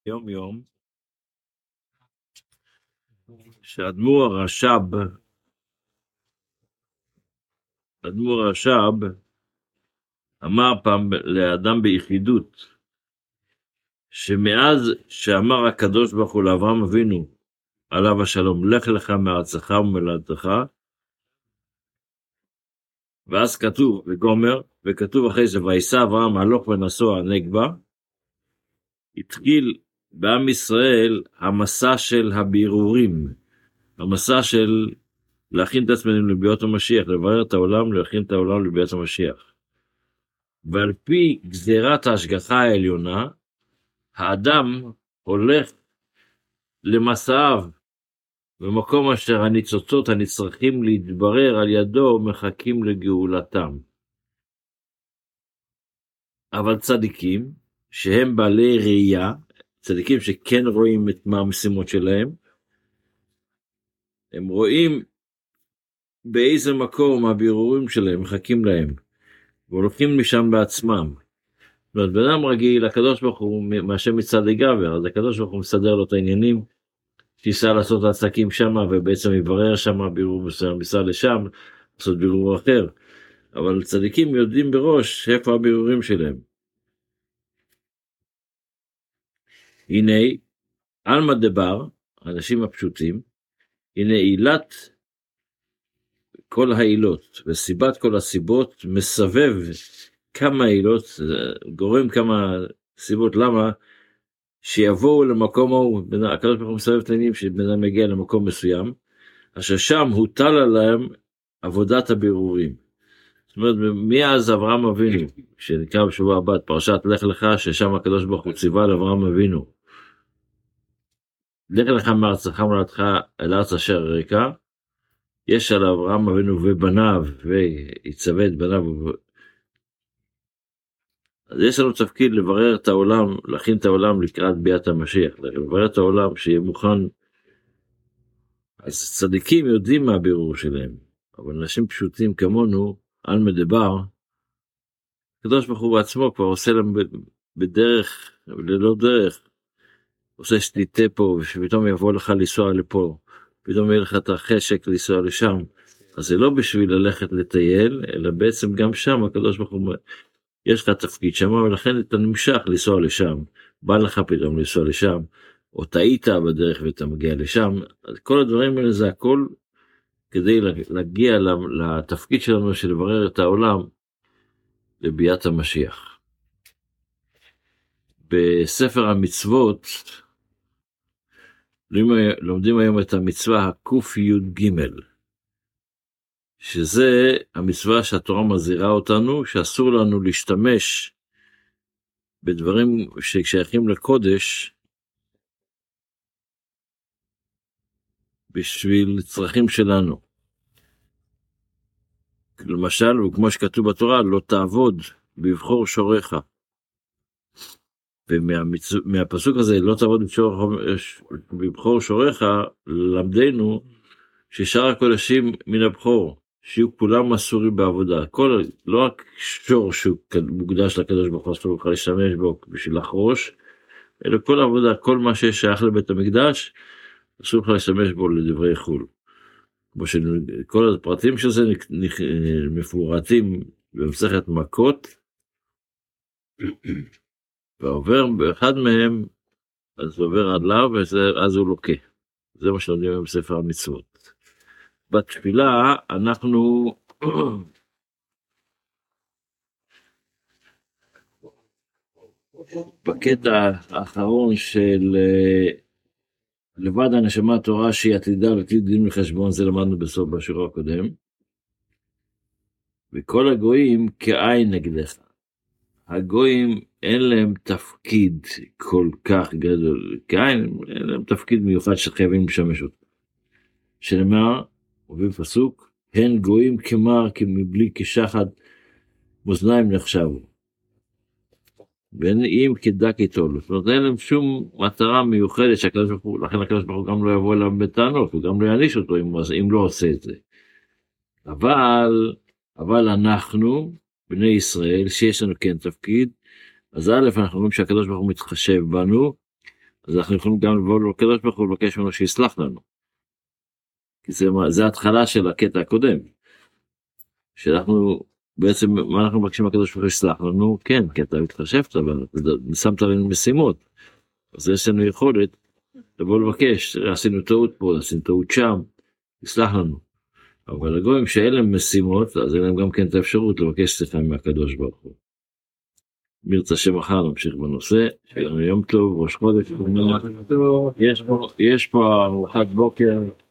יום יום שאדמו"ר הרש"ב אמר פעם לאדם ביחידות, שמאז שאמר הקדוש ברוך הוא לאברהם אבינו עליו השלום, לך לך מארצך וממולדתך, ואז כתוב וגומר, וכתוב אחרי זה ויסע אברהם הלוך ונסוע נגבה, התחיל בעם ישראל המסע של הבירורים, המסע של להכין את עצמנו לביאת המשיח, לברר את העולם, להכין את העולם לביאת המשיח. ועל פי גזירת ההשגחה העליונה, האדם הולך למסעיו במקום אשר הניצוצות הנצרכים להתברר על ידו מחכים לגאולתם. אבל צדיקים שהם בעלי ראייה, צדיקים שכן רואים את מה המשימות שלהם, הם רואים באיזה מקום הבירורים שלהם מחכים להם, והולכים משם בעצמם. זאת אומרת, בן אדם רגיל, הקדוש ברוך הוא מהשם מצד לגבר, אז הקדוש ברוך הוא מסדר לו את העניינים, שיסע לעשות עסקים שם, ובעצם יברר שם בירור מסוים, ייסע לשם, לעשות בירור אחר. אבל צדיקים יודעים בראש איפה הבירורים שלהם. הנה, אלמא דבר, האנשים הפשוטים, הנה עילת כל העילות, וסיבת כל הסיבות, מסבב כמה עילות, גורם כמה סיבות, למה? שיבואו למקום ההוא, הקדוש ברוך הוא מסבב את העניינים, שבן אדם מגיע למקום מסוים, אשר שם הוטל עליהם עבודת הבירורים. זאת אומרת, מאז אברהם אבינו, שנקרא בשבוע הבא, פרשת לך לך, ששם הקדוש ברוך הוא ציווה לאברהם אבינו, לך לך מארצך ומולדתך אל ארץ אשר אראך, יש על אברהם אבינו ובניו, ויצווה את בניו, אז יש לנו תפקיד לברר את העולם, להכין את העולם לקראת ביאת המשיח, לברר את העולם שיהיה מוכן. אז צדיקים יודעים מה הבירור שלהם, אבל אנשים פשוטים כמונו, על מדבר, הקדוש ברוך הוא בעצמו כבר עושה להם בדרך, ללא דרך, עושה שתיתה פה, ושפתאום יבוא לך לנסוע לפה, פתאום יהיה לך את החשק לנסוע לשם, אז זה לא בשביל ללכת לטייל, אלא בעצם גם שם הקדוש ברוך הוא, יש לך תפקיד שם, ולכן אתה נמשך לנסוע לשם, בא לך פתאום לנסוע לשם, או טעית בדרך ואתה מגיע לשם, אז כל הדברים האלה זה הכל, כדי להגיע לתפקיד שלנו של לברר את העולם, לביאת המשיח. בספר המצוות, לומדים היום את המצווה הק"י"ג, שזה המצווה שהתורה מזהירה אותנו, שאסור לנו להשתמש בדברים ששייכים לקודש, בשביל צרכים שלנו. למשל, וכמו שכתוב בתורה, לא תעבוד בבחור שורך. ומהפסוק הזה, לא תעבוד בבחור שורך, למדנו ששאר הקודשים מן הבחור, שיהיו כולם אסורים בעבודה. לא רק שור שהוא מוקדש לקדוש ברוך הוא, אסור לך להשתמש בו בשביל לחרוש, אלא כל העבודה, כל מה ששייך לבית המקדש, אסור לך להשתמש בו לדברי חול. כמו שכל הפרטים של זה מפורטים במסכת מכות, ועובר באחד מהם, אז הוא עובר עליו, ואז הוא לוקה. זה מה שלומדים בספר המצוות. בתפילה אנחנו בקטע האחרון של לבד הנשמה התורה שהיא עתידה לתת דין וחשבון, זה למדנו בסוף בשיעור הקודם. וכל הגויים כעין נגדך. הגויים אין להם תפקיד כל כך גדול, כעין אין להם תפקיד מיוחד שחייבים לשמש אותו. שנאמר, ובפסוק, הן גויים כמר מבלי כשחד מאזניים נחשבו. ואם כדק איתו, זאת אומרת, אין להם שום מטרה מיוחדת שהקדוש ברוך הוא, לכן הקדוש ברוך הוא גם לא יבוא אליו בטענות, הוא גם לא יעניש אותו אם לא עושה את זה. אבל אנחנו, בני ישראל, שיש לנו כן תפקיד, אז א', אנחנו רואים שהקדוש ברוך הוא מתחשב בנו, אז אנחנו יכולים גם לבוא לקדוש ברוך הוא ולבקש ממנו שיסלח לנו. כי זה ההתחלה של הקטע הקודם. שאנחנו בעצם, מה אנחנו מבקשים מהקדוש ברוך הוא שיסלח לנו? כן, כי אתה מתחשבת, אבל שמת לנו משימות. אז יש לנו יכולת לבוא לבקש, עשינו טעות פה, עשינו טעות שם, יסלח לנו. אבל הגויים שאין להם משימות, אז אין להם גם כן את האפשרות לבקש סליחה מהקדוש ברוך הוא. ברצה שמחר נמשיך בנושא, שיהיה לנו יום טוב, ראש חודש, יש פה ארוחת בוקר,